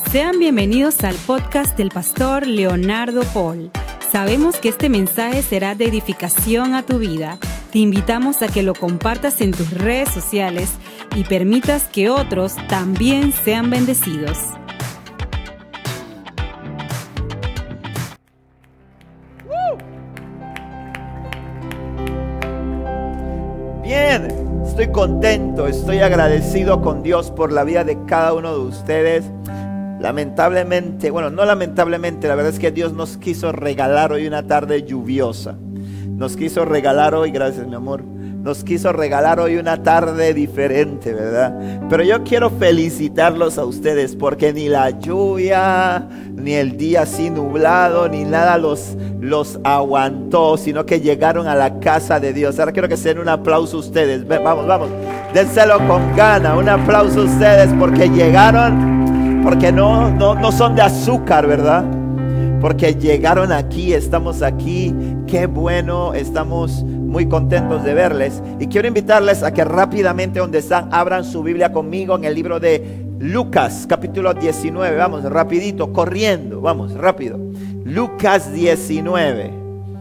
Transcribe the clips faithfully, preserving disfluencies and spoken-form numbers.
Sean bienvenidos al podcast del pastor Leonardo Paul. Sabemos que este mensaje será de edificación a tu vida. Te invitamos a que lo compartas en tus redes sociales y permitas que otros también sean bendecidos. Bien, estoy contento, estoy agradecido con Dios por la vida de cada uno de ustedes. Lamentablemente, bueno, no lamentablemente, la verdad es que Dios nos quiso regalar hoy una tarde lluviosa. Nos quiso regalar hoy, gracias mi amor, nos quiso regalar hoy una tarde diferente, ¿verdad? Pero yo quiero felicitarlos a ustedes porque ni la lluvia, ni el día así nublado, ni nada los, los aguantó, sino que llegaron a la casa de Dios. Ahora quiero que se den un aplauso a ustedes. Vamos, vamos, dénselo con gana, un aplauso a ustedes porque llegaron. Porque no, no, no son de azúcar, ¿verdad? Porque llegaron aquí, estamos aquí. Qué bueno, estamos muy contentos de verles. Y quiero invitarles a que rápidamente donde están, abran su Biblia conmigo en el libro de Lucas, capítulo diecinueve. Vamos, rapidito, corriendo, vamos, rápido. Lucas diecinueve.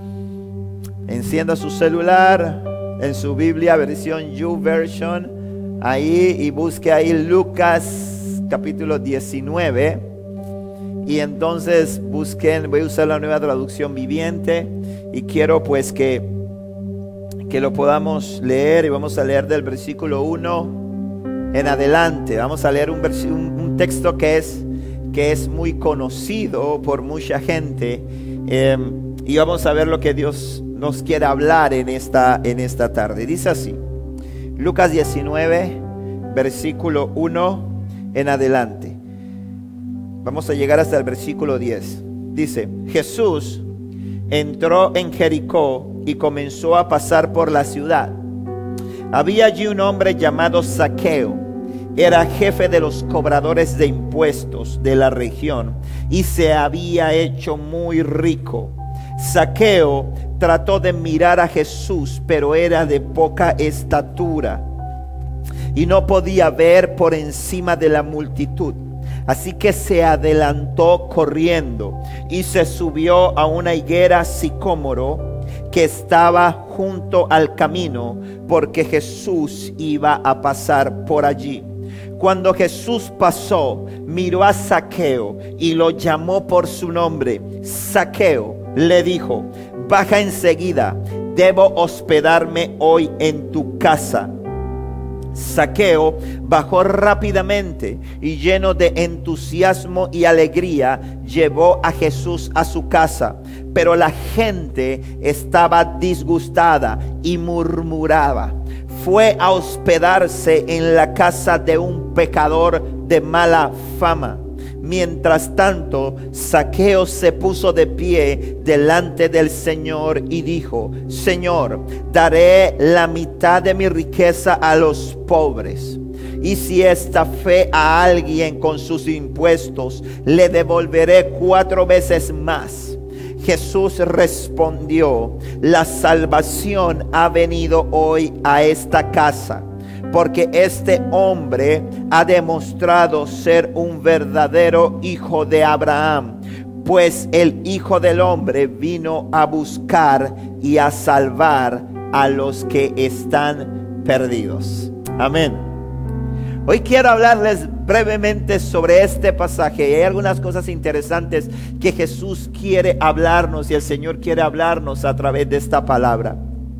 Encienda su celular en su Biblia, versión YouVersion. Ahí, y busque ahí Lucas capítulo diecinueve, y entonces busquen, voy a usar la nueva traducción viviente y quiero pues que, que lo podamos leer, y vamos a leer del versículo uno en adelante. Vamos a leer un, un, un texto que es, que es muy conocido por mucha gente, eh, y vamos a ver lo que Dios nos quiere hablar en esta, en esta tarde. Dice así, Lucas diecinueve, versículo uno en adelante. Vamos a llegar hasta el versículo diez. Dice: Jesús entró en Jericó y comenzó a pasar por la ciudad. Había allí un hombre llamado Zaqueo. Era jefe de los cobradores de impuestos de la región y se había hecho muy rico. Zaqueo trató de mirar a Jesús, pero era de poca estatura y no podía ver por encima de la multitud. Así que se adelantó corriendo y se subió a una higuera sicómoro que estaba junto al camino, porque Jesús iba a pasar por allí. Cuando Jesús pasó, miró a Zaqueo y lo llamó por su nombre. Zaqueo, le dijo, baja enseguida, debo hospedarme hoy en tu casa. Zaqueo bajó rápidamente y lleno de entusiasmo y alegría llevó a Jesús a su casa. Pero la gente estaba disgustada y murmuraba. Fue a hospedarse en la casa de un pecador de mala fama. Mientras tanto, Zaqueo se puso de pie delante del Señor y dijo: Señor, daré la mitad de mi riqueza a los pobres. Y si estafé a alguien con sus impuestos, le devolveré cuatro veces más. Jesús respondió: la salvación ha venido hoy a esta casa, porque este hombre ha demostrado ser un verdadero hijo de Abraham, pues el Hijo del Hombre vino a buscar y a salvar a los que están perdidos. Amén. Hoy quiero hablarles brevemente sobre este pasaje. Hay algunas cosas interesantes que Jesús quiere hablarnos y el Señor quiere hablarnos a través de esta palabra.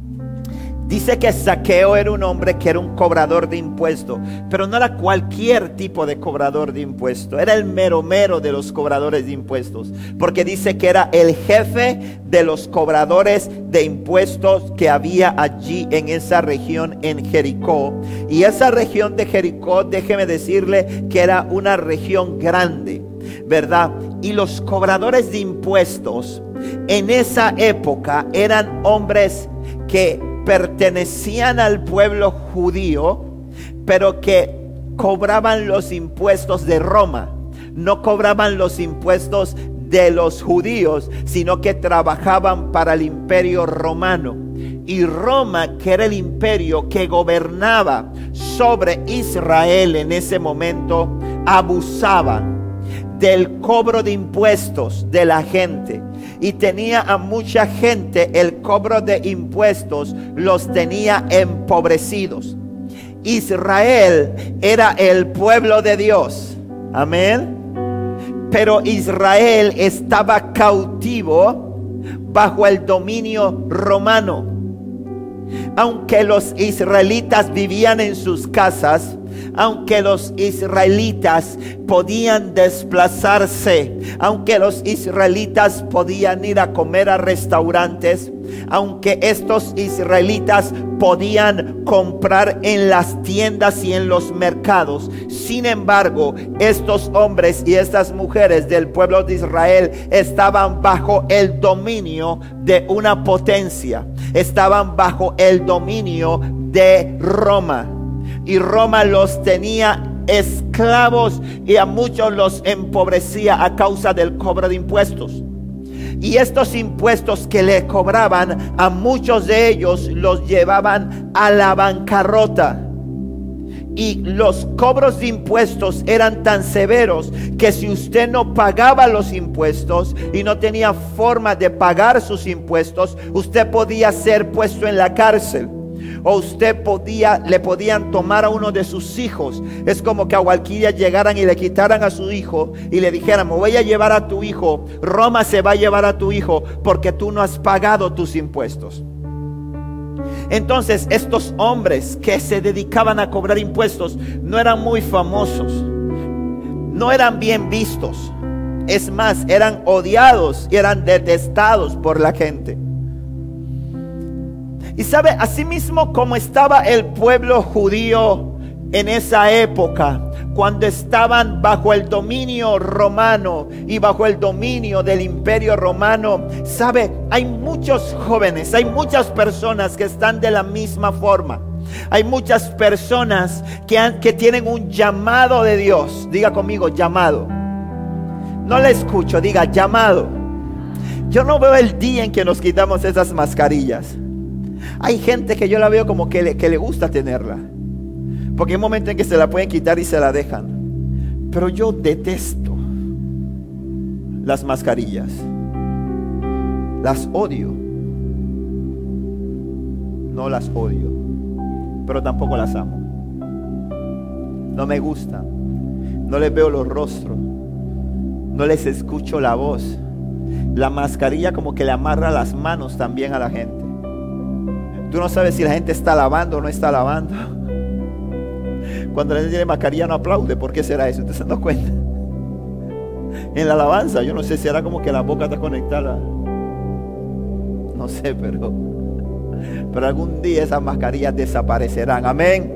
Dice que Zaqueo era un hombre que era un cobrador de impuestos, pero no era cualquier tipo de cobrador de impuestos, era el mero mero de los cobradores de impuestos, porque dice que era el jefe de los cobradores de impuestos que había allí en esa región en Jericó. Y esa región de Jericó, déjeme decirle que era una región grande, ¿verdad? Y los cobradores de impuestos en esa época eran hombres que pertenecían al pueblo judío, pero que cobraban los impuestos de Roma. No cobraban los impuestos de los judíos, sino que trabajaban para el imperio romano. Y Roma, que era el imperio que gobernaba sobre Israel en ese momento, abusaba. del cobro de impuestos de la gente. Y tenía a mucha gente, el cobro de impuestos los tenía empobrecidos. Israel era el pueblo de Dios. Amén. Pero Israel estaba cautivo bajo el dominio romano. Aunque los israelitas vivían en sus casas, aunque los israelitas podían desplazarse, aunque los israelitas podían ir a comer a restaurantes, aunque estos israelitas podían comprar en las tiendas y en los mercados, sin embargo, estos hombres y estas mujeres del pueblo de Israel estaban bajo el dominio de una potencia, estaban bajo el dominio de Roma. Y Roma los tenía esclavos y a muchos los empobrecía a causa del cobro de impuestos. Y estos impuestos que le cobraban, a muchos de ellos los llevaban a la bancarrota. Y los cobros de impuestos eran tan severos que si usted no pagaba los impuestos y no tenía forma de pagar sus impuestos, usted podía ser puesto en la cárcel. O usted podía, le podían tomar a uno de sus hijos. Es como que a cualquiera llegaran y le quitaran a su hijo y le dijeran: me voy a llevar a tu hijo, Roma se va a llevar a tu hijo porque tú no has pagado tus impuestos. Entonces estos hombres que se dedicaban a cobrar impuestos no eran muy famosos, no eran bien vistos. Es más, eran odiados y eran detestados por la gente. Y sabe, asimismo como estaba el pueblo judío en esa época, cuando estaban bajo el dominio romano y bajo el dominio del imperio romano, sabe, hay muchos jóvenes, hay muchas personas que están de la misma forma. Hay muchas personas que, han, que tienen un llamado de Dios. Diga conmigo, llamado. No le escucho, diga llamado. Yo no veo el día en que nos quitamos esas mascarillas. Hay gente que yo la veo como que le, que le gusta tenerla, porque hay un momento en que se la pueden quitar y se la dejan. Pero yo detesto las mascarillas. Las odio. No las odio, pero tampoco las amo. No me gustan. No les veo los rostros. No les escucho la voz. La mascarilla como que le amarra las manos también a la gente. Tú no sabes si la gente está alabando o no está alabando. Cuando la gente tiene mascarilla no aplaude. ¿Por qué será eso? ¿Usted se da cuenta? En la alabanza, yo no sé si era como que la boca está conectada. No sé, pero Pero algún día esas mascarillas desaparecerán. Amén.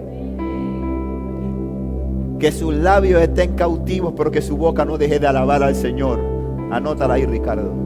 Que sus labios estén cautivos, pero que su boca no deje de alabar al Señor. Anótala ahí, Ricardo.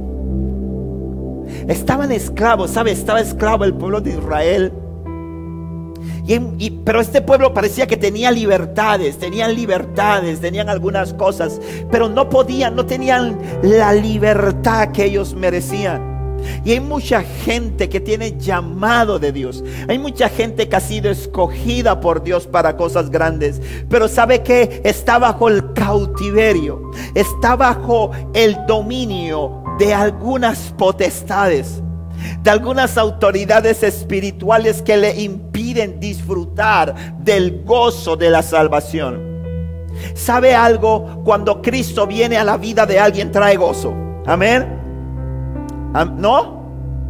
Estaban esclavos, ¿sabe? Estaba esclavo el pueblo de Israel. Y, y, pero este pueblo parecía que tenía libertades, tenían libertades, tenían algunas cosas, pero no podían, no tenían la libertad que ellos merecían. Y hay mucha gente que tiene llamado de Dios. Hay mucha gente que ha sido escogida por Dios para cosas grandes, pero ¿sabe qué? Está bajo el cautiverio, está bajo el dominio de algunas potestades, de algunas autoridades espirituales que le impiden disfrutar del gozo de la salvación. ¿Sabe algo? Cuando Cristo viene a la vida de alguien, trae gozo. Amén. ¿No?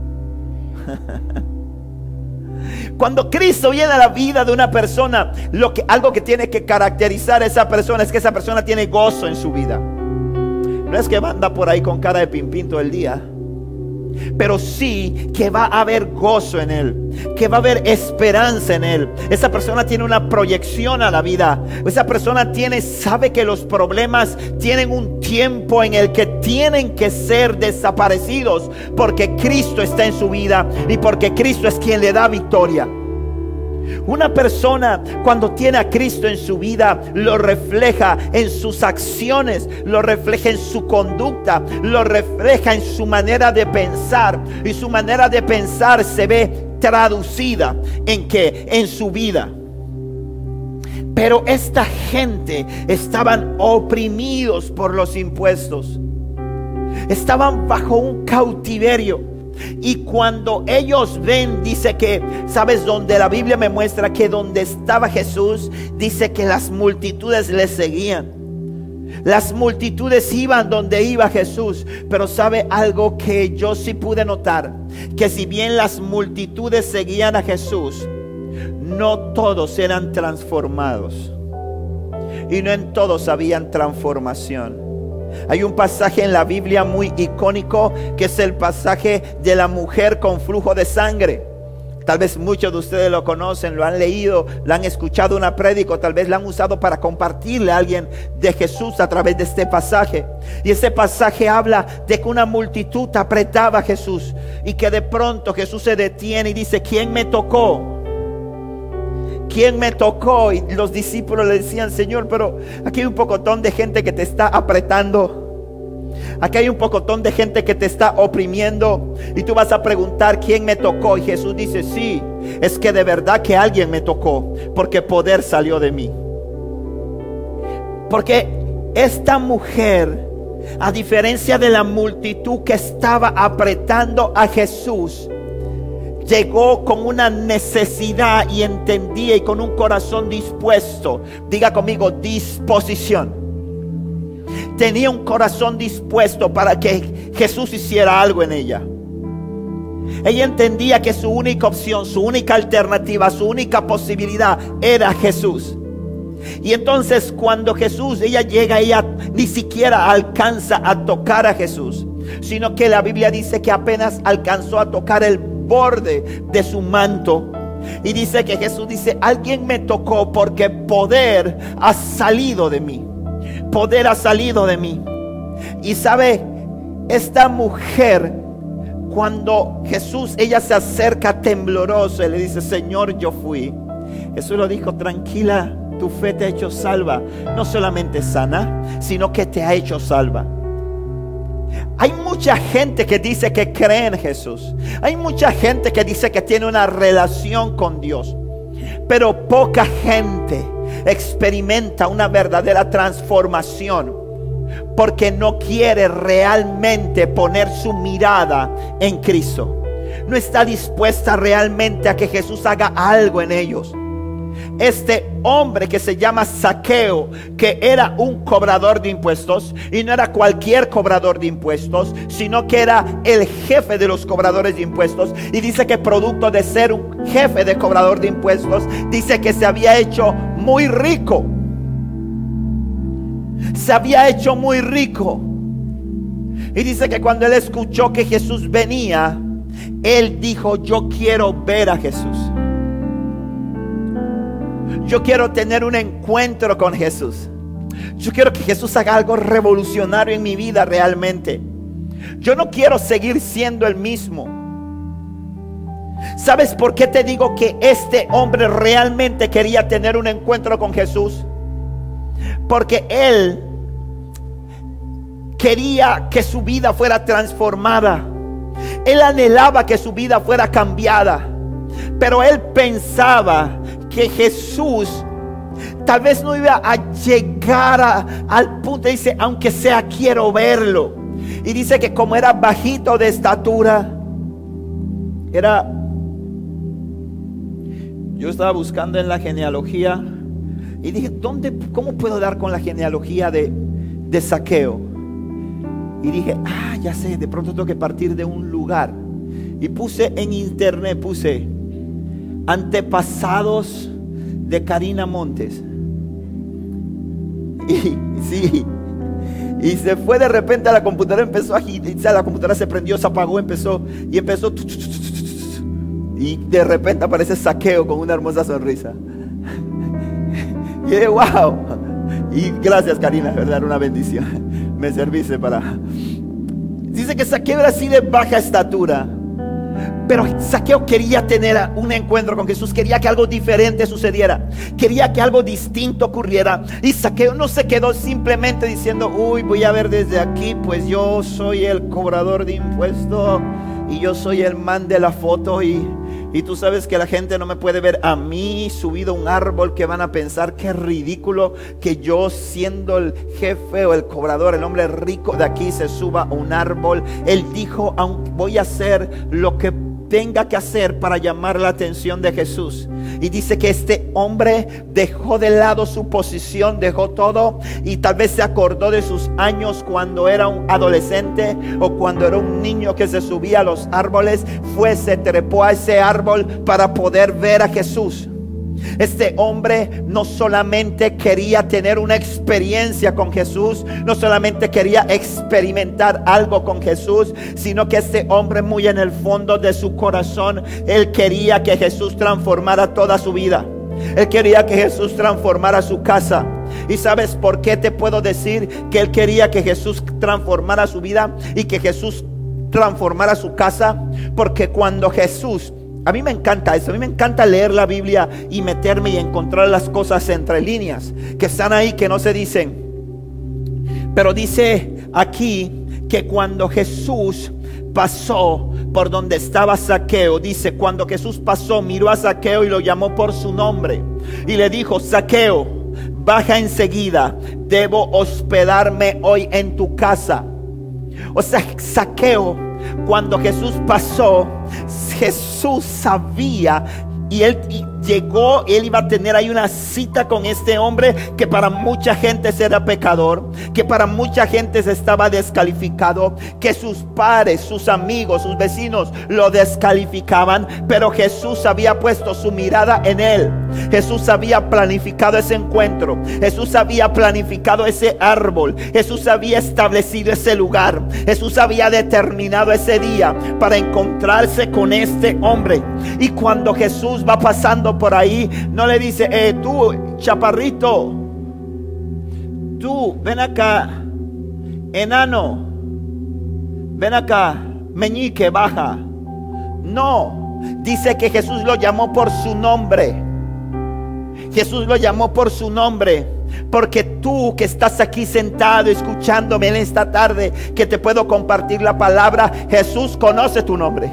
Cuando Cristo viene a la vida de una persona, lo que, algo que tiene que caracterizar a esa persona es que esa persona tiene gozo en su vida. No es que anda por ahí con cara de pimpín todo el día, pero sí que va a haber gozo en él, que va a haber esperanza en él. Esa persona tiene una proyección a la vida. Esa persona tiene, sabe que los problemas tienen un tiempo en el que tienen que ser desaparecidos, porque Cristo está en su vida y porque Cristo es quien le da victoria. Una persona cuando tiene a Cristo en su vida, lo refleja en sus acciones, lo refleja en su conducta, lo refleja en su manera de pensar. Y su manera de pensar se ve traducida en que en su vida. Pero esta gente estaban oprimidos por los impuestos. Estaban bajo un cautiverio. Y cuando ellos ven, dice que, ¿sabes? Donde la Biblia me muestra que donde estaba Jesús, dice que las multitudes le seguían. Las multitudes iban donde iba Jesús. Pero ¿sabe algo que yo sí pude notar? Que si bien las multitudes seguían a Jesús, no todos eran transformados. Y no en todos habían transformación. Hay un pasaje en la Biblia muy icónico, que es el pasaje de la mujer con flujo de sangre. Tal vez muchos de ustedes lo conocen, lo han leído, lo han escuchado una prédica, tal vez lo han usado para compartirle a alguien de Jesús a través de este pasaje. Y ese pasaje habla de que una multitud apretaba a Jesús y que de pronto Jesús se detiene y dice: ¿quién me tocó? ¿Quién me tocó? Y los discípulos le decían: Señor, pero aquí hay un pocotón de gente que te está apretando. Aquí hay un pocotón de gente que te está oprimiendo. Y tú vas a preguntar: ¿quién me tocó? Y Jesús dice: sí, es que de verdad que alguien me tocó, porque poder salió de mí. Porque esta mujer, a diferencia de la multitud que estaba apretando a Jesús, llegó con una necesidad y entendía, y con un corazón dispuesto. Diga conmigo: disposición. Tenía un corazón dispuesto para que Jesús hiciera algo en ella. Ella entendía que su única opción, su única alternativa, su única posibilidad era Jesús. Y entonces cuando Jesús, ella llega, ella ni siquiera alcanza a tocar a Jesús, sino que la Biblia dice que apenas alcanzó a tocar el borde de su manto. Y dice que Jesús dice: alguien me tocó, porque poder ha salido de mí. Poder ha salido de mí. Y sabe, esta mujer, cuando Jesús, ella se acerca temblorosa y le dice: Señor, yo fui. Jesús lo dijo: tranquila, tu fe te ha hecho salva. No solamente sana, sino que te ha hecho salva. Hay mucha gente que dice que cree en Jesús. Hay mucha gente que dice que tiene una relación con Dios. Pero poca gente experimenta una verdadera transformación, porque no quiere realmente poner su mirada en Cristo. No está dispuesta realmente a que Jesús haga algo en ellos. Este hombre que se llama Zaqueo, que era un cobrador de impuestos, y no era cualquier cobrador de impuestos, sino que era el jefe de los cobradores de impuestos. Y dice que producto de ser un jefe de cobrador de impuestos, dice que se había hecho muy rico. Se había hecho muy rico. Y dice que cuando él escuchó que Jesús venía, él dijo: yo quiero ver a Jesús. Yo quiero tener un encuentro con Jesús. Yo quiero que Jesús haga algo revolucionario en mi vida realmente. Yo no quiero seguir siendo el mismo. ¿Sabes por qué te digo que este hombre realmente quería tener un encuentro con Jesús? Porque él quería que su vida fuera transformada. Él anhelaba que su vida fuera cambiada. Pero él pensaba que Jesús tal vez no iba a llegar a, al punto. Dice: aunque sea, quiero verlo. Y dice que como era bajito de estatura, era... Yo estaba buscando en la genealogía y dije: ¿dónde, cómo puedo dar con la genealogía de, de Zaqueo? Y dije: ah, ya sé, de pronto tengo que partir de un lugar. Y puse en internet, puse antepasados de Karina Montes. Y sí, y se fue de repente a la computadora, empezó a girar, la computadora se prendió, se apagó, empezó y empezó. Y de repente aparece Zaqueo con una hermosa sonrisa. Y dije: wow. Y gracias, Karina, de verdad, era una bendición. Me serviste para... Dice que Zaqueo era así de baja estatura, pero Zaqueo quería tener un encuentro con Jesús. Quería que algo diferente sucediera. Quería que algo distinto ocurriera. Y Zaqueo no se quedó simplemente diciendo: uy, voy a ver desde aquí, pues yo soy el cobrador de impuestos y yo soy el man de la foto. Y Y tú sabes que la gente no me puede ver a mí subido a un árbol, que van a pensar que es ridículo que yo, siendo el jefe o el cobrador, el hombre rico de aquí, se suba a un árbol. Él dijo, aunque voy a hacer lo que tenga que hacer para llamar la atención de Jesús. Y dice que este hombre dejó de lado su posición, dejó todo, y tal vez se acordó de sus años cuando era un adolescente o cuando era un niño que se subía a los árboles. Fue, se trepó a ese árbol para poder ver a Jesús. Este hombre no solamente quería tener una experiencia con Jesús, no solamente quería experimentar algo con Jesús, sino que este hombre, muy en el fondo de su corazón, él quería que Jesús transformara toda su vida. Él quería que Jesús transformara su casa. ¿Y sabes por qué te puedo decir que él quería que Jesús transformara su vida y que Jesús transformara su casa? Porque cuando Jesús... A mí me encanta eso, a mí me encanta leer la Biblia y meterme y encontrar las cosas entre líneas que están ahí, que no se dicen. Pero dice aquí que cuando Jesús pasó por donde estaba Zaqueo, dice, cuando Jesús pasó, miró a Zaqueo y lo llamó por su nombre y le dijo: Zaqueo, baja enseguida, debo hospedarme hoy en tu casa. O sea, Zaqueo, cuando Jesús pasó, Jesús sabía, y él y llegó, él iba a tener ahí una cita con este hombre que para mucha gente era pecador, que para mucha gente se estaba descalificado, que sus padres, sus amigos, sus vecinos lo descalificaban, pero Jesús había puesto su mirada en él. Jesús había planificado ese encuentro, Jesús había planificado ese árbol, Jesús había establecido ese lugar, Jesús había determinado ese día para encontrarse con este hombre. Y cuando Jesús va pasando por ahí, no le dice: eh, tú, chaparrito, tú, ven acá, enano, ven acá, meñique, baja. No, dice que Jesús lo llamó por su nombre. Jesús lo llamó por su nombre, porque tú que estás aquí sentado escuchándome en esta tarde, que te puedo compartir la palabra, Jesús conoce tu nombre.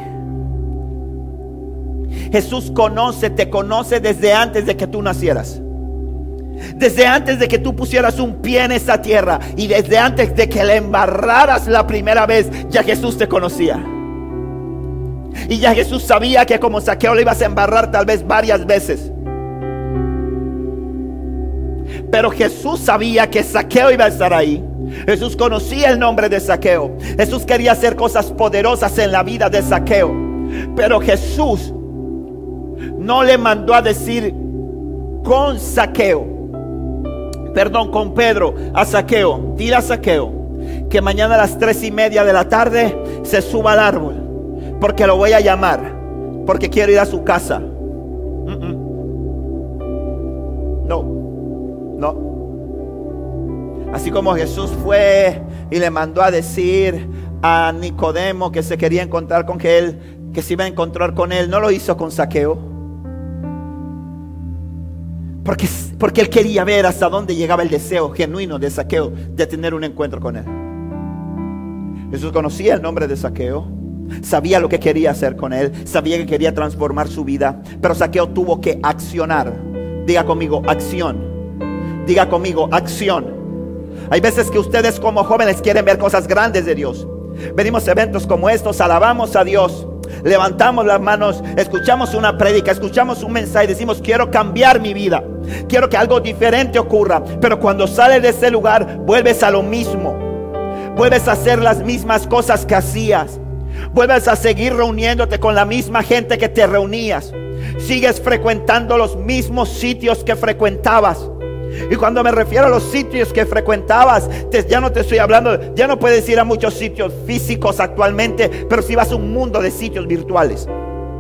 Jesús conoce, te conoce desde antes de que tú nacieras, desde antes de que tú pusieras un pie en esta tierra, y desde antes de que le embarraras la primera vez, ya Jesús te conocía. Y ya Jesús sabía que como Zaqueo le ibas a embarrar tal vez varias veces. Pero Jesús sabía que Zaqueo iba a estar ahí. Jesús conocía el nombre de Zaqueo. Jesús quería hacer cosas poderosas en la vida de Zaqueo. Pero Jesús no le mandó a decir con Zaqueo, perdón, con Pedro a Zaqueo: dile a Zaqueo que mañana a las tres y media de la tarde se suba al árbol, porque lo voy a llamar, porque quiero ir a su casa. Mm-mm. No, no. Así como Jesús fue y le mandó a decir a Nicodemo que se quería encontrar con él, que se iba a encontrar con él, no lo hizo con Zaqueo, porque, porque él quería ver hasta dónde llegaba el deseo genuino de Zaqueo de tener un encuentro con él. Jesús conocía el nombre de Zaqueo, sabía lo que quería hacer con él, sabía que quería transformar su vida, pero Zaqueo tuvo que accionar. Diga conmigo: acción. Diga conmigo: acción. Hay veces que ustedes como jóvenes quieren ver cosas grandes de Dios. Venimos a eventos como estos, alabamos a Dios, levantamos las manos, escuchamos una prédica, escuchamos un mensaje y decimos: quiero cambiar mi vida, quiero que algo diferente ocurra. Pero cuando sales de ese lugar, vuelves a lo mismo, vuelves a hacer las mismas cosas que hacías, vuelves a seguir reuniéndote con la misma gente que te reunías, sigues frecuentando los mismos sitios que frecuentabas. Y cuando me refiero a los sitios que frecuentabas, te, ya no te estoy hablando, ya no puedes ir a muchos sitios físicos actualmente, pero si vas a un mundo de sitios virtuales.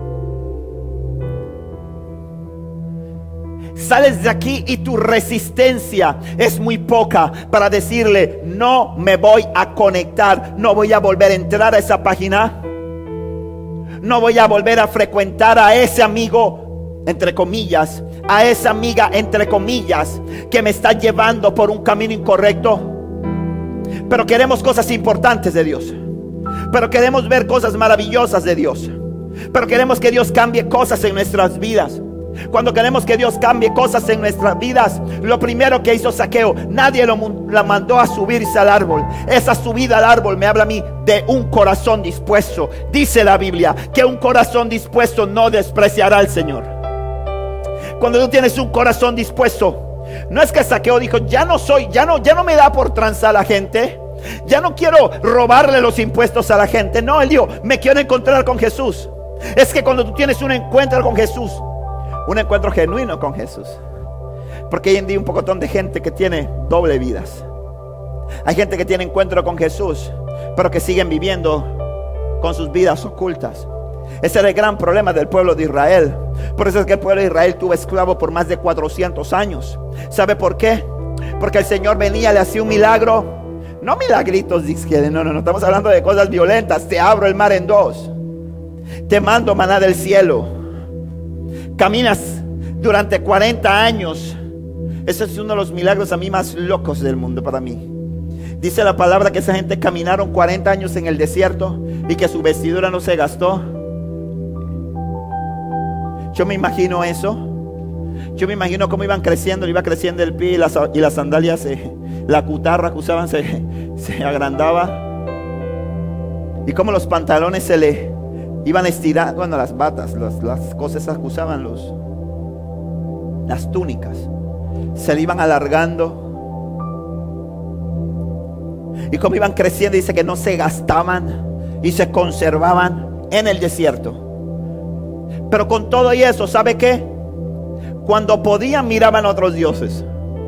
Sales de aquí y tu resistencia es muy poca para decirle: no me voy a conectar, no voy a volver a entrar a esa página, no voy a volver a frecuentar a ese amigo, entre comillas, a esa amiga, entre comillas, que me está llevando por un camino incorrecto. Pero queremos cosas importantes de Dios, pero queremos ver cosas maravillosas de Dios, pero queremos que Dios cambie cosas en nuestras vidas. Cuando queremos que Dios cambie cosas en nuestras vidas, lo primero que hizo Zaqueo, nadie lo la mandó a subirse al árbol. Esa subida al árbol me habla a mí de un corazón dispuesto. Dice la Biblia que un corazón dispuesto no despreciará al Señor. Cuando tú tienes un corazón dispuesto, no es que Zaqueo dijo, ya no soy, ya no, ya no me da por transar a la gente, ya no quiero robarle los impuestos a la gente. No, él dijo, me quiero encontrar con Jesús. Es que cuando tú tienes un encuentro con Jesús, un encuentro genuino con Jesús, porque hoy en día un pocotón de gente que tiene doble vidas. Hay gente que tiene encuentro con Jesús, pero que siguen viviendo con sus vidas ocultas. Ese era el gran problema del pueblo de Israel. Por eso es que el pueblo de Israel tuvo esclavo por más de cuatrocientos años. ¿Sabe por qué? Porque el Señor venía, le hacía un milagro. No milagritos, dice, no, no, no, estamos hablando de cosas violentas. Te abro el mar en dos, te mando maná del cielo, caminas durante cuarenta años. Ese es uno de los milagros a mí más locos del mundo para mí. Dice la palabra que esa gente caminaron cuarenta años en el desierto y que su vestidura no se gastó. Yo me imagino eso. Yo me imagino cómo iban creciendo, iba creciendo el pie y las, y las sandalias, eh, la cutarra que usaban se, se agrandaba. Y cómo los pantalones se le iban a estirar, bueno, las batas, las, las cosas esas que usaban, los, las túnicas, se le iban alargando. Y como iban creciendo, dice que no se gastaban y se conservaban en el desierto. Pero con todo y eso, ¿sabe qué? Cuando podían, miraban a otros dioses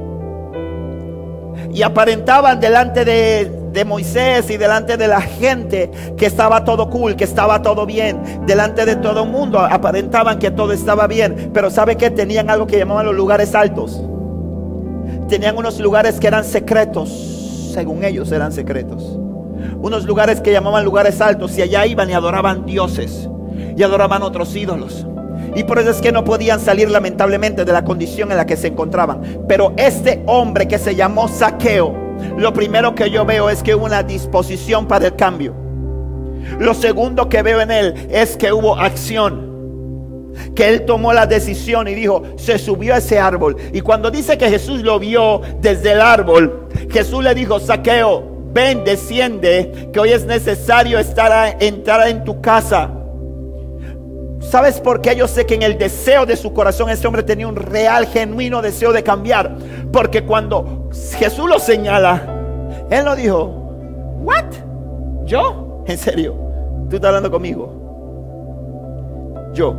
y aparentaban delante de, de Moisés y delante de la gente que estaba todo cool, que estaba todo bien. Delante de todo el mundo aparentaban que todo estaba bien. Pero ¿sabe qué? Tenían algo que llamaban los lugares altos. Tenían unos lugares que eran secretos. Según ellos eran secretos. Unos lugares que llamaban lugares altos, y allá iban y adoraban dioses y adoraban otros ídolos. Y por eso es que no podían salir, lamentablemente, de la condición en la que se encontraban. Pero este hombre que se llamó Zaqueo, lo primero que yo veo es que hubo una disposición para el cambio. Lo segundo que veo en él es que hubo acción. Que él tomó la decisión y dijo, se subió a ese árbol. Y cuando dice que Jesús lo vio desde el árbol, Jesús le dijo, Zaqueo, ven, desciende, que hoy es necesario estar a, entrar en tu casa. ¿Sabes por qué? Yo sé que en el deseo de su corazón ese hombre tenía un real, genuino deseo de cambiar. Porque cuando Jesús lo señala, él no dijo, ¿what? ¿Yo? ¿En serio? ¿Tú estás hablando conmigo? Yo.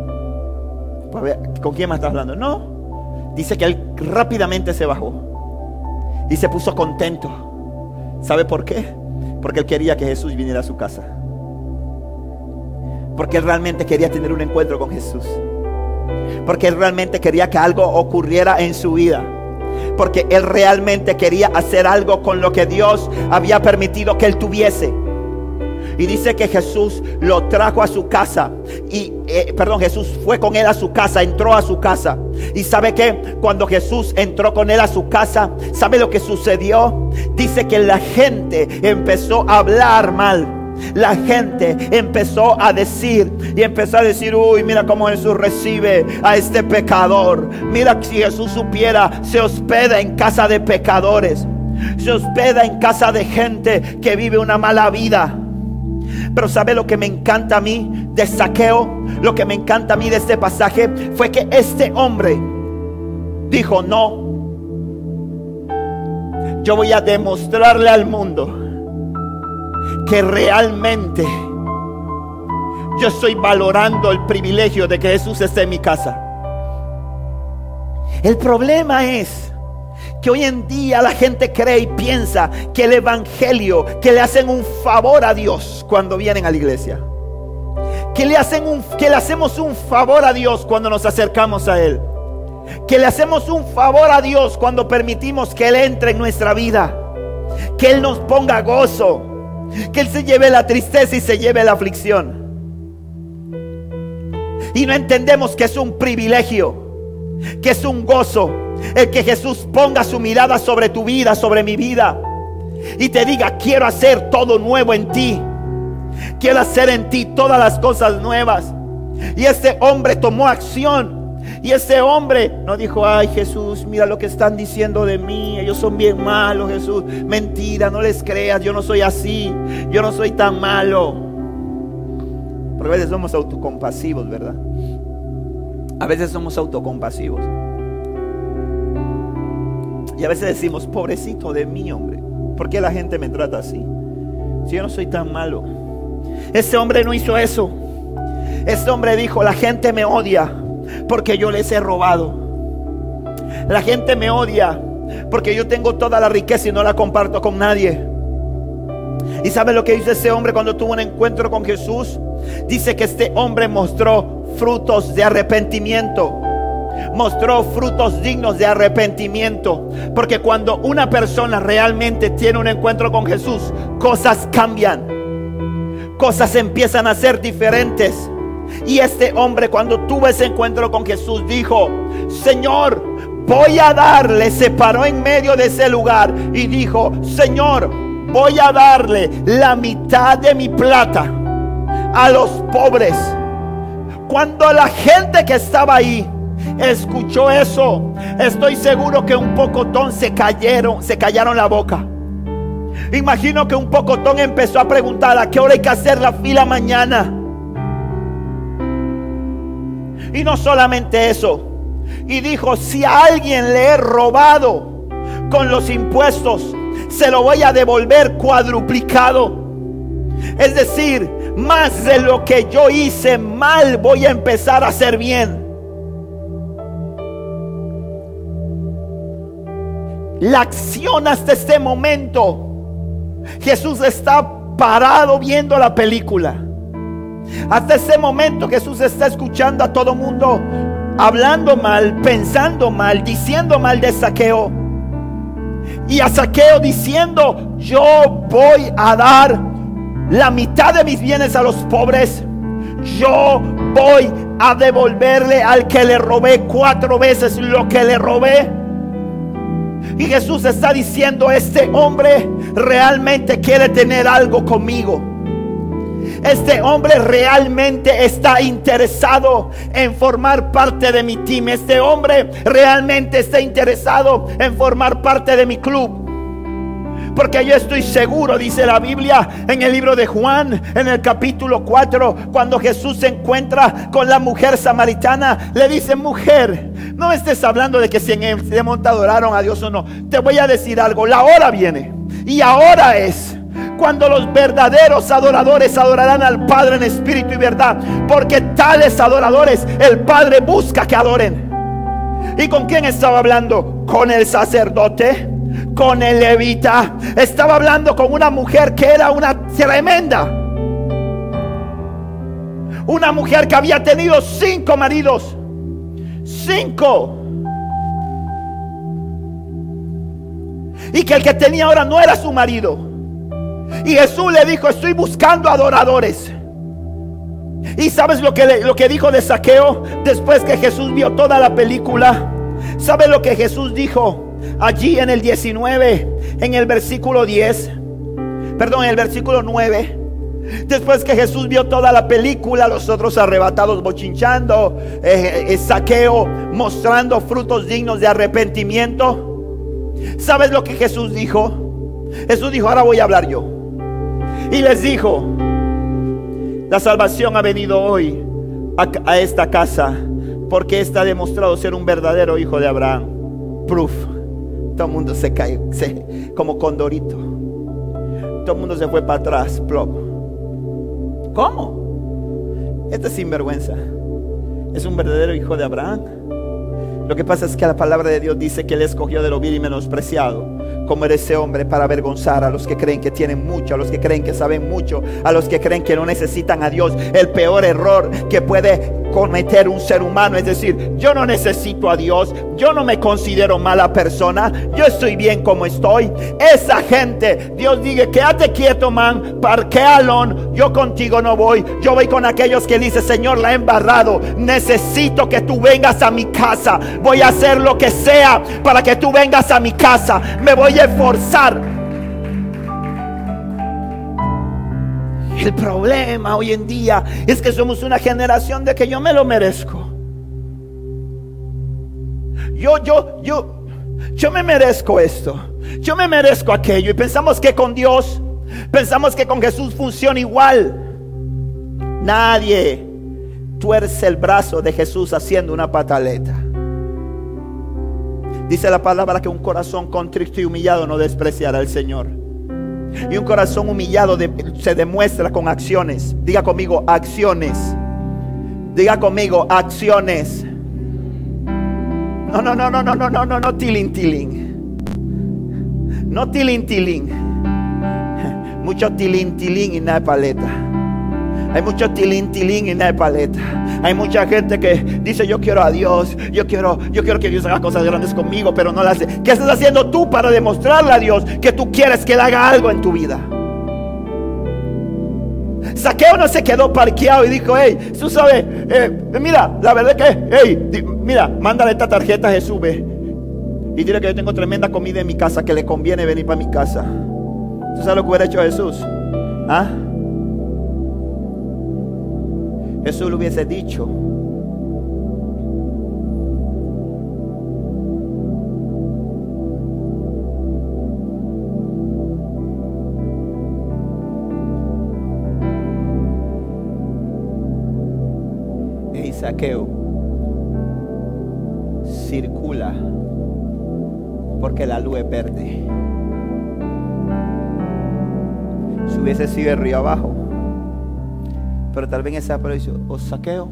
¿Con quién más estás hablando? No. Dice que él rápidamente se bajó y se puso contento. ¿Sabe por qué? Porque él quería que Jesús viniera a su casa. Porque él realmente quería tener un encuentro con Jesús. Porque él realmente quería que algo ocurriera en su vida. Porque él realmente quería hacer algo con lo que Dios había permitido que él tuviese. Y dice que Jesús lo trajo a su casa. Y, eh, perdón, Jesús fue con él a su casa, entró a su casa. Y ¿sabe qué? Cuando Jesús entró con él a su casa, ¿sabe lo que sucedió? Dice que la gente empezó a hablar mal. La gente empezó a decir y empezó a decir, uy, mira cómo Jesús recibe a este pecador. Mira, si Jesús supiera, se hospeda en casa de pecadores, se hospeda en casa de gente que vive una mala vida. Pero ¿sabe lo que me encanta a mí de Zaqueo? Lo que me encanta a mí de este pasaje fue que este hombre dijo, no, yo voy a demostrarle al mundo que realmente yo estoy valorando el privilegio de que Jesús esté en mi casa. El problema es que hoy en día la gente cree y piensa que el evangelio, que le hacen un favor a Dios cuando vienen a la iglesia, que le hacen un, que le hacemos un favor a Dios cuando nos acercamos a Él, que le hacemos un favor a Dios cuando permitimos que Él entre en nuestra vida, que Él nos ponga gozo, que Él se lleve la tristeza y se lleve la aflicción. Y no entendemos que es un privilegio, que es un gozo el que Jesús ponga su mirada sobre tu vida, sobre mi vida, y te diga, quiero hacer todo nuevo en ti. quiero hacer en ti todas las cosas nuevas. Y este hombre tomó acción. Y ese hombre no dijo: ay, Jesús, mira lo que están diciendo de mí, ellos son bien malos, Jesús. Mentira, no les creas, yo no soy así, yo no soy tan malo. Porque a veces somos autocompasivos, ¿verdad? A veces somos autocompasivos. Y a veces decimos: pobrecito de mí, hombre, ¿por qué la gente me trata así? Si yo no soy tan malo. Ese hombre no hizo eso. Ese hombre dijo: la gente me odia porque yo les he robado. La gente me odia porque yo tengo toda la riqueza y no la comparto con nadie. ¿Y sabe lo que dice ese hombre cuando tuvo un encuentro con Jesús? Dice que este hombre mostró frutos de arrepentimiento. Mostró frutos dignos de arrepentimiento. Porque cuando una persona realmente tiene un encuentro con Jesús, cosas cambian, cosas empiezan a ser diferentes. Y este hombre, cuando tuvo ese encuentro con Jesús, dijo: Señor, voy a darle. Se paró en medio de ese lugar y dijo: Señor, voy a darle la mitad de mi plata a los pobres. Cuando la gente que estaba ahí escuchó eso, estoy seguro que un pocotón se cayeron, se callaron la boca. Imagino que un pocotón empezó a preguntar: ¿a qué hora hay que hacer la fila mañana? Y no solamente eso, y dijo: si a alguien le he robado con los impuestos, se lo voy a devolver cuadruplicado. Es decir, más de lo que yo hice mal, voy a empezar a hacer bien. La acción hasta este momento, Jesús está parado viendo la película. Hasta ese momento Jesús está escuchando a todo mundo hablando mal, pensando mal, diciendo mal de Zaqueo. Y a Zaqueo diciendo: yo voy a dar la mitad de mis bienes a los pobres. Yo voy a devolverle al que le robé cuatro veces lo que le robé. Y Jesús está diciendo: este hombre realmente quiere tener algo conmigo. Este hombre realmente está interesado en formar parte de mi team. Este hombre realmente está interesado en formar parte de mi club. Porque yo estoy seguro, dice la Biblia en el libro de Juan, en el capítulo cuatro, cuando Jesús se encuentra con la mujer samaritana, le dice: mujer, no me estés hablando de que si en este monte adoraron a Dios o no. Te voy a decir algo, la hora viene, y ahora es cuando los verdaderos adoradores adorarán al Padre en espíritu y verdad, porque tales adoradores el Padre busca que adoren. ¿Y con quién estaba hablando? Con el sacerdote, con el levita. Estaba hablando con una mujer que era una tremenda, una mujer que había tenido cinco maridos. Cinco. Y que el que tenía ahora no era su marido. Y Jesús le dijo: estoy buscando adoradores. ¿Y sabes lo que, le, lo que dijo de Zaqueo? Después que Jesús vio toda la película, ¿sabes lo que Jesús dijo? Allí en el diecinueve, en el versículo diez, perdón, en el versículo nueve. Después que Jesús vio toda la película, los otros arrebatados bochinchando, eh, eh, Zaqueo mostrando frutos dignos de arrepentimiento, ¿sabes lo que Jesús dijo? Jesús dijo: ahora voy a hablar yo. Y les dijo: la salvación ha venido hoy a, a esta casa, porque ésta ha demostrado ser un verdadero hijo de Abraham. Proof. Todo el mundo se cae, se, como condorito. Todo el mundo se fue para atrás. Plop. ¿Cómo? Este es sinvergüenza. Es un verdadero hijo de Abraham. Lo que pasa es que la palabra de Dios dice que Él escogió de lo vil y menospreciado, como era ese hombre, para avergonzar a los que creen que tienen mucho, a los que creen que saben mucho, a los que creen que no necesitan a Dios. El peor error que puede cometer un ser humano es decir: yo no necesito a Dios, yo no me considero mala persona, yo estoy bien como estoy. Esa gente, Dios dice: quédate quieto, man, parquéalon, yo contigo no voy. Yo voy con aquellos que dicen: Señor, la he embarrado, necesito que tú vengas a mi casa, voy a hacer lo que sea para que tú vengas a mi casa, me voy a esforzar. El problema hoy en día es que somos una generación de que yo me lo merezco. Yo, yo, yo, yo me merezco esto. Yo me merezco aquello. Y pensamos que con Dios, pensamos que con Jesús funciona igual. Nadie tuerce el brazo de Jesús haciendo una pataleta. Dice la palabra que un corazón contrito y humillado no despreciará al Señor. Y un corazón humillado de, se demuestra con acciones. Diga conmigo, acciones. Diga conmigo, acciones. No, no, no, no, no, no, no, no, no, tilín, tilín. No tilín, tilín. Mucho tilín, tilín y nada de paleta. Hay mucho tilín, tilín y nada de paleta. Hay mucha gente que dice: yo quiero a Dios, yo quiero, yo quiero que Dios haga cosas grandes conmigo, pero no las hace. ¿Qué estás haciendo tú para demostrarle a Dios que tú quieres que Él haga algo en tu vida? Saqueo no se quedó parqueado y dijo: hey, tú sabes, eh, mira, la verdad que, hey, di, mira, mándale esta tarjeta a Jesús, ve, y dile que yo tengo tremenda comida en mi casa, que le conviene venir para mi casa. ¿Tú sabes lo que hubiera hecho Jesús? ¿Ah? Jesús le hubiese dicho: hey, Saqueo, circula, porque la luz es verde. Si hubiese sido el río abajo, pero tal vez en esa aparición, o Saqueo,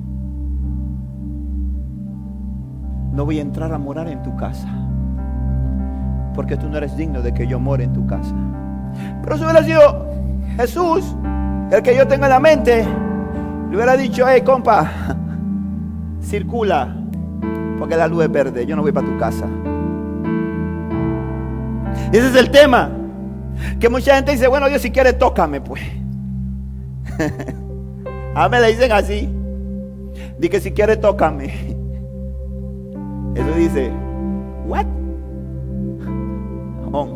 no voy a entrar a morar en tu casa, porque tú no eres digno de que yo more en tu casa. Pero si hubiera sido Jesús, el que yo tengo en la mente, le hubiera dicho: hey, compa, circula, porque la luz es verde, yo no voy para tu casa. Y ese es el tema, que mucha gente dice: bueno, Dios, si quiere tócame pues. A mí le dicen así. Dice que si quiere tócame. Eso dice: what? On.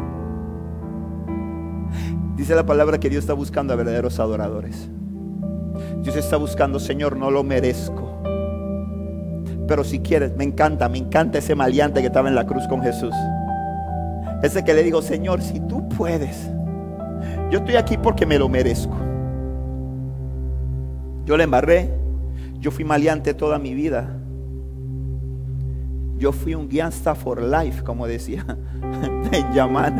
Dice la palabra que Dios está buscando a verdaderos adoradores. Dios está buscando: Señor, no lo merezco, pero si quieres. Me encanta, me encanta ese maleante que estaba en la cruz con Jesús. Ese que le dijo: Señor, si tú puedes, yo estoy aquí porque me lo merezco. Yo le embarré. Yo fui maleante toda mi vida. Yo fui un gangsta for life, como decía Benjamin.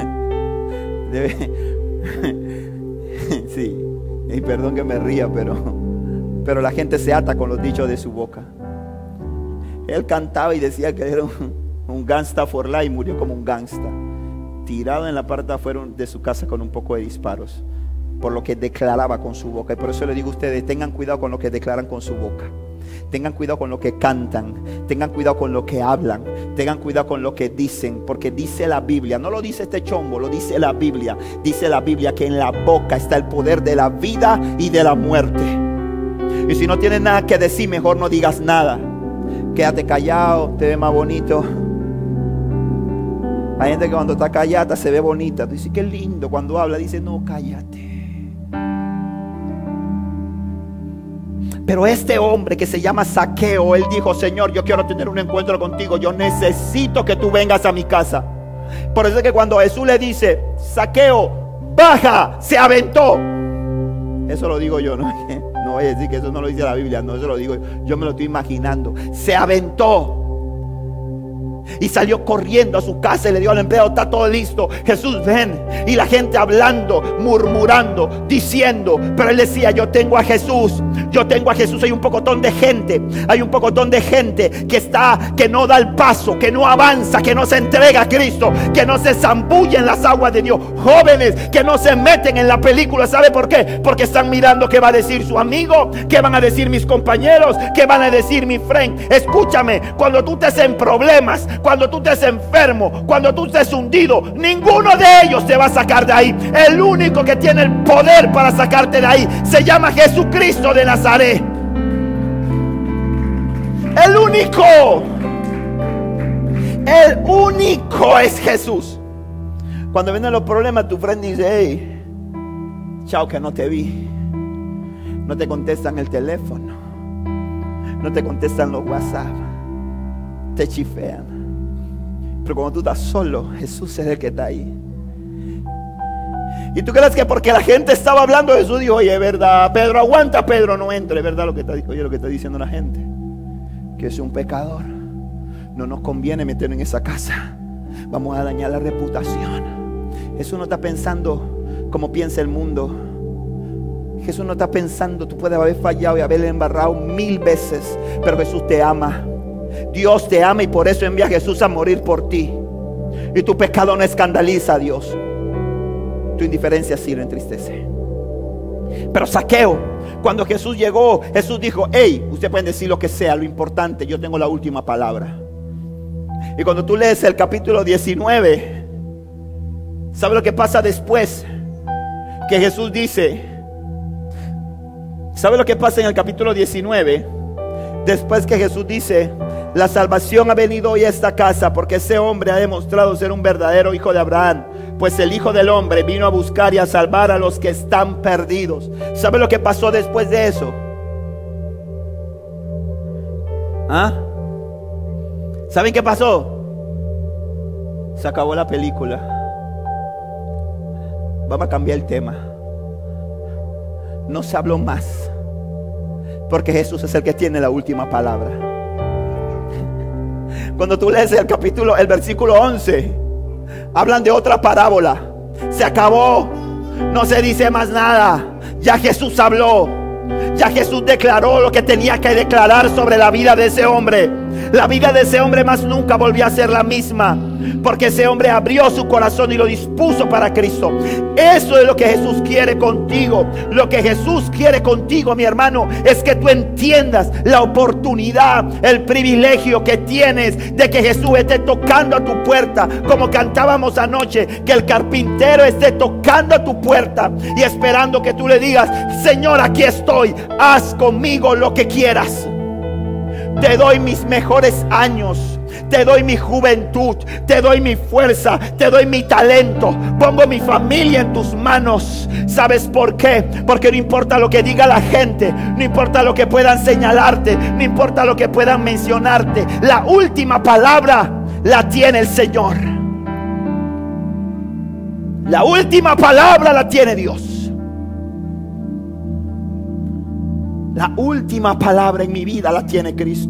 Sí, y perdón que me ría, pero, pero la gente se ata con los dichos de su boca. Él cantaba y decía que era un, un gangsta for life. Murió como un gangsta, tirado en la parte de afuera de su casa con un poco de disparos, por lo que declaraba con su boca. Y por eso le digo a ustedes: tengan cuidado con lo que declaran con su boca. Tengan cuidado con lo que cantan. Tengan cuidado con lo que hablan. Tengan cuidado con lo que dicen, porque dice la Biblia, no lo dice este chombo, lo dice la Biblia. Dice la Biblia que en la boca está el poder de la vida y de la muerte. Y si no tienes nada que decir, mejor no digas nada. Quédate callado, te ve más bonito. Hay gente que cuando está callada se ve bonita. Tú dices: qué lindo cuando habla. Dice: no, cállate. Pero este hombre que se llama Saqueo, él dijo: Señor, yo quiero tener un encuentro contigo. Yo necesito que tú vengas a mi casa. Por eso es que cuando Jesús le dice: Saqueo, baja, se aventó. Eso lo digo yo, ¿no? No voy a decir que eso no lo dice la Biblia. No, eso lo digo yo. Yo me lo estoy imaginando. Se aventó y salió corriendo a su casa y le dio al empleado: está todo listo, Jesús, ven. Y la gente hablando, murmurando, diciendo, pero él decía: yo tengo a Jesús, yo tengo a Jesús. Hay un pocotón de gente, hay un pocotón de gente que está, que no da el paso, que no avanza, que no se entrega a Cristo, que no se zambulle en las aguas de Dios. Jóvenes que no se meten en la película. ¿Sabe por qué? Porque están mirando qué va a decir su amigo, qué van a decir mis compañeros, qué van a decir mi friend. Escúchame, cuando tú estés en problemas, cuando tú estés enfermo, cuando tú estés hundido, ninguno de ellos te va a sacar de ahí. El único que tiene el poder para sacarte de ahí se llama Jesucristo de Nazaret. El único, el único es Jesús. Cuando vienen los problemas, tu friend dice: hey, Chao, que no te vi. No te contestan el teléfono. No te contestan los WhatsApp. Te chifean. Pero cuando tú estás solo, Jesús es el que está ahí. Y tú crees que porque la gente estaba hablando, Jesús dijo: oye, es verdad, Pedro, aguanta, Pedro, no entre. Es verdad lo que está, oye, lo que está diciendo la gente, que es un pecador. No nos conviene meternos en esa casa. Vamos a dañar la reputación. Jesús no está pensando como piensa el mundo. Jesús no está pensando, tú puedes haber fallado y haberle embarrado mil veces, pero Jesús te ama. Dios te ama y por eso envía a Jesús a morir por ti. Y tu pecado no escandaliza a Dios. Tu indiferencia sí lo entristece. Pero Zaqueo, cuando Jesús llegó, Jesús dijo: hey, ustedes pueden decir lo que sea, lo importante, yo tengo la última palabra. Y cuando tú lees el capítulo diecinueve, ¿sabe lo que pasa después? Que Jesús dice, ¿sabe lo que pasa en el capítulo diecinueve? Después que Jesús dice: la salvación ha venido hoy a esta casa, porque ese hombre ha demostrado ser un verdadero hijo de Abraham, pues el Hijo del Hombre vino a buscar y a salvar a los que están perdidos. ¿Sabe lo que pasó después de eso? ¿Ah? ¿Saben qué pasó? Se acabó la película. Vamos a cambiar el tema. No se habló más, porque Jesús es el que tiene la última palabra. Cuando tú lees el capítulo, el versículo once, hablan de otra parábola. Se acabó, no se dice más nada. Ya Jesús habló. Ya Jesús declaró lo que tenía que declarar sobre la vida de ese hombre. La vida de ese hombre más nunca volvió a ser la misma, porque ese hombre abrió su corazón y lo dispuso para Cristo. Eso es lo que Jesús quiere contigo. Lo que Jesús quiere contigo, mi hermano, es que tú entiendas la oportunidad, el privilegio que tienes de que Jesús esté tocando a tu puerta, como cantábamos anoche, que el carpintero esté tocando a tu puerta y esperando que tú le digas: Señor, aquí estoy, haz conmigo lo que quieras. Te doy mis mejores años, te doy mi juventud, te doy mi fuerza, te doy mi talento. Pongo mi familia en tus manos. ¿Sabes por qué? Porque no importa lo que diga la gente, no importa lo que puedan señalarte, no importa lo que puedan mencionarte, la última palabra la tiene el Señor. La última palabra la tiene Dios. La última palabra en mi vida la tiene Cristo.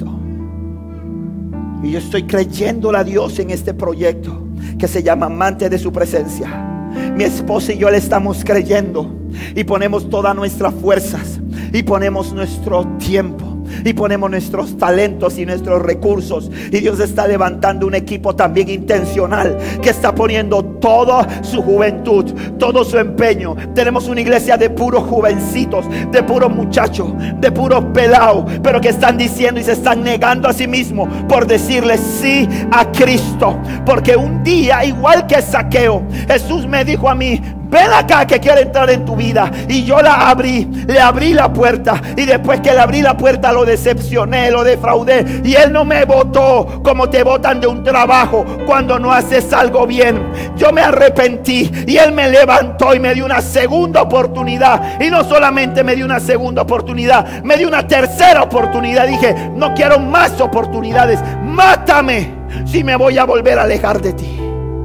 Y yo estoy creyéndole a Dios en este proyecto que se llama Amante de su Presencia. Mi esposa y yo le estamos creyendo y ponemos todas nuestras fuerzas y ponemos nuestro tiempo y ponemos nuestros talentos y nuestros recursos. Y Dios está levantando un equipo también intencional que está poniendo toda su juventud, todo su empeño. Tenemos una iglesia de puros jovencitos, de puros muchachos, de puros pelados, pero que están diciendo y se están negando a sí mismos por decirle sí a Cristo. Porque un día, igual que Zaqueo, Jesús me dijo a mí: ven acá, que quiero entrar en tu vida. Y yo la abrí, le abrí la puerta. Y después que le abrí la puerta, lo decepcioné, lo defraudé. Y él no me votó como te votan de un trabajo cuando no haces algo bien. Yo me arrepentí y él me levantó y me dio una segunda oportunidad. Y no solamente me dio una segunda oportunidad, me dio una tercera oportunidad. Dije: no quiero más oportunidades. Mátame si me voy a volver a alejar de ti.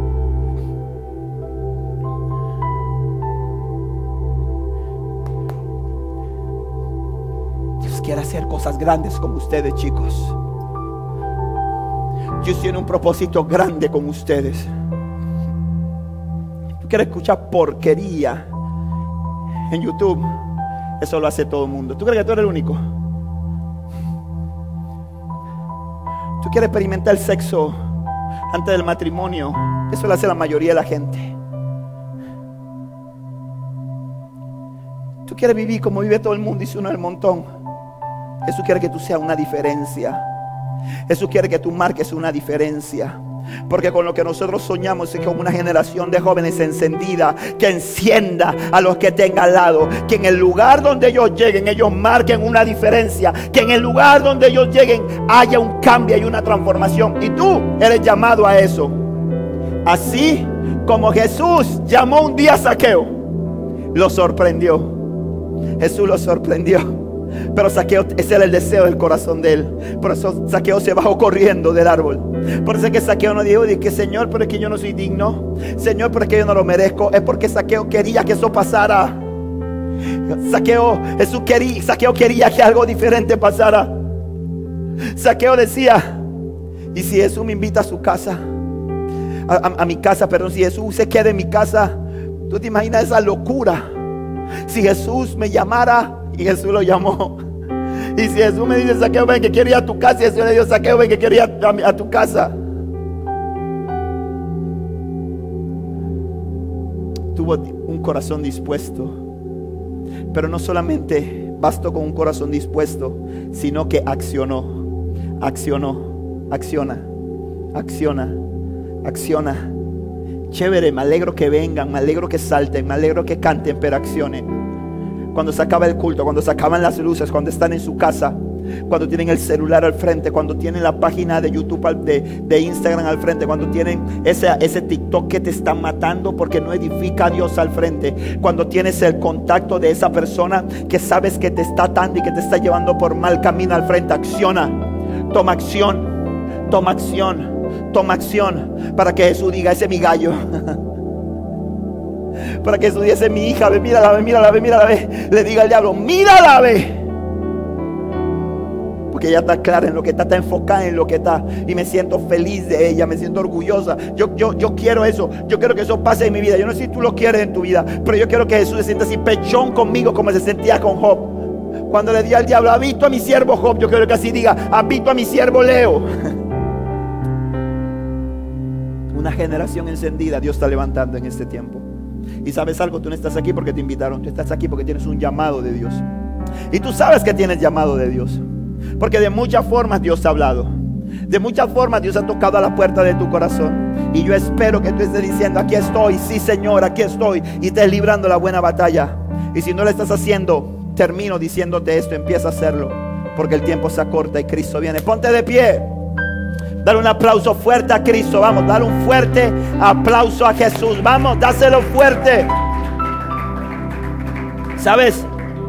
Quiere hacer cosas grandes con ustedes, chicos. Dios tiene un propósito grande con ustedes. ¿Tú quieres escuchar porquería en YouTube? Eso lo hace todo el mundo. ¿Tú crees que tú eres el único? ¿Tú quieres experimentar el sexo antes del matrimonio? Eso lo hace la mayoría de la gente. ¿Tú quieres vivir como vive todo el mundo? Dice uno del montón. Jesús quiere que tú seas una diferencia. Jesús quiere que tú marques una diferencia. Porque con lo que nosotros soñamos es como una generación de jóvenes encendida, que encienda a los que tenga al lado. Que en el lugar donde ellos lleguen, ellos marquen una diferencia. Que en el lugar donde ellos lleguen haya un cambio y una transformación. Y tú eres llamado a eso. Así como Jesús llamó un día a Zaqueo, lo sorprendió. Jesús lo sorprendió. Pero Zaqueo, ese era el deseo del corazón de él. Por eso Zaqueo se bajó corriendo del árbol. Por eso es que Zaqueo no dijo, que Señor, pero es que yo no soy digno. Señor, pero es que yo no lo merezco. Es porque Zaqueo quería que eso pasara. Zaqueo, Jesús quería, Zaqueo quería que algo diferente pasara. Zaqueo decía, y si Jesús me invita a su casa, a, a, a mi casa, perdón, si Jesús se queda en mi casa, ¿tú te imaginas esa locura? Si Jesús me llamara, y Jesús lo llamó. Y si Jesús me dice, Zaqueo, ven que quiero ir a tu casa, y Jesús le dijo, Zaqueo, ven que quiero ir a, a, a tu casa. Tuvo un corazón dispuesto. Pero no solamente bastó con un corazón dispuesto, sino que accionó. Accionó. Acciona. Acciona. Acciona. Chévere, me alegro que vengan, me alegro que salten, me alegro que canten, pero accionen. Cuando se acaba el culto, cuando se acaban las luces, cuando están en su casa, cuando tienen el celular al frente, cuando tienen la página de YouTube, de, de Instagram al frente, cuando tienen ese, ese TikTok que te está matando porque no edifica a Dios al frente, cuando tienes el contacto de esa persona que sabes que te está atando y que te está llevando por mal camino al frente, acciona, toma acción, toma acción, toma acción para que Jesús diga, ese es mi gallo. Para que Jesús dice, mi hija, ve, mírala, ve, mírala, ve, mírala, ve. Le diga al diablo, mírala, ve. Porque ella está clara en lo que está, está enfocada en lo que está. Y me siento feliz de ella, me siento orgullosa. Yo, yo, yo quiero eso, yo quiero que eso pase en mi vida. Yo no sé si tú lo quieres en tu vida, pero yo quiero que Jesús se sienta así pechón conmigo como se sentía con Job. Cuando le di al diablo, ¿has visto a mi siervo Job? Yo quiero que así diga, ¿has visto a mi siervo Leo? Una generación encendida Dios está levantando en este tiempo. Y sabes algo, tú no estás aquí porque te invitaron, tú estás aquí porque tienes un llamado de Dios. Y tú sabes que tienes llamado de Dios, porque de muchas formas Dios ha hablado, de muchas formas Dios ha tocado a la puerta de tu corazón. Y yo espero que tú estés diciendo, aquí estoy, sí Señor, aquí estoy, y estés librando la buena batalla. Y si no lo estás haciendo, termino diciéndote esto, empieza a hacerlo, porque el tiempo se acorta y Cristo viene. Ponte de pie. Dale un aplauso fuerte a Cristo. Vamos, dale un fuerte aplauso a Jesús. Vamos, dáselo fuerte. ¿Sabes?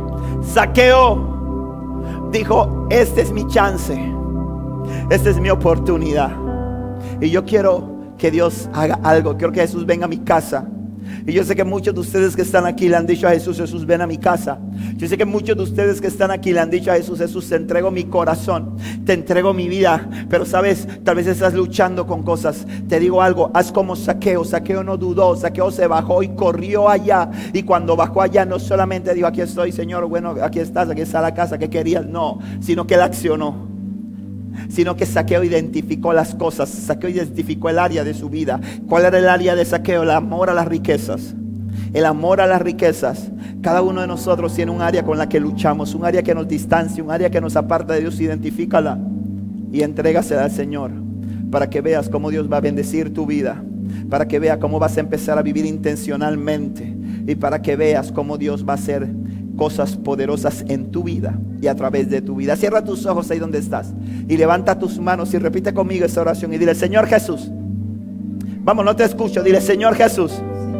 Zaqueo dijo, este es mi chance, esta es mi oportunidad. Y yo quiero que Dios haga algo. Quiero que Jesús venga a mi casa. Y yo sé que muchos de ustedes que están aquí le han dicho a Jesús, Jesús, ven a mi casa. Yo sé que muchos de ustedes que están aquí le han dicho a Jesús, Jesús, te entrego mi corazón, te entrego mi vida. Pero sabes, tal vez estás luchando con cosas. Te digo algo, haz como Zaqueo. Zaqueo no dudó, Zaqueo se bajó y corrió allá. Y cuando bajó allá no solamente dijo, aquí estoy Señor, bueno, aquí estás, aquí está la casa que querías. No, sino que él accionó. Sino que Zaqueo identificó las cosas. Zaqueo identificó el área de su vida. ¿Cuál era el área de Zaqueo? El amor a las riquezas. El amor a las riquezas. Cada uno de nosotros tiene un área con la que luchamos, un área que nos distancia, un área que nos aparta de Dios. Identifícala y entrégasela al Señor, para que veas cómo Dios va a bendecir tu vida, para que veas cómo vas a empezar a vivir intencionalmente, y para que veas cómo Dios va a hacer cosas poderosas en tu vida y a través de tu vida. Cierra tus ojos ahí donde estás y levanta tus manos y repite conmigo esta oración y dile, Señor Jesús. Vamos, no te escucho, dile, Señor Jesús.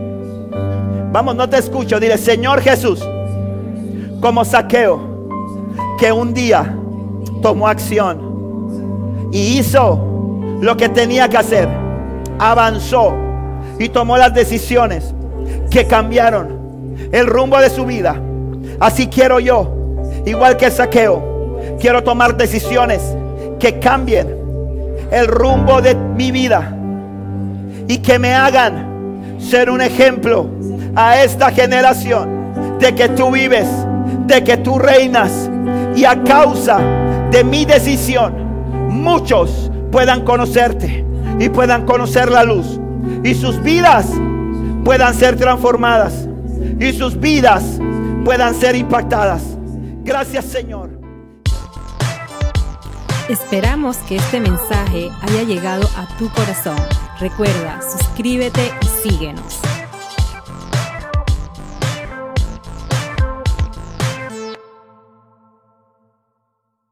Vamos, no te escucho, dile, Señor Jesús. Como Zaqueo, que un día tomó acción y hizo lo que tenía que hacer, avanzó y tomó las decisiones que cambiaron el rumbo de su vida. Así quiero yo, igual que Zaqueo, quiero tomar decisiones que cambien el rumbo de mi vida y que me hagan ser un ejemplo a esta generación de que tú vives, de que tú reinas, y a causa de mi decisión muchos puedan conocerte y puedan conocer la luz, y sus vidas puedan ser transformadas y sus vidas puedan ser impactadas. Gracias, Señor. Esperamos que este mensaje haya llegado a tu corazón. Recuerda, suscríbete y síguenos.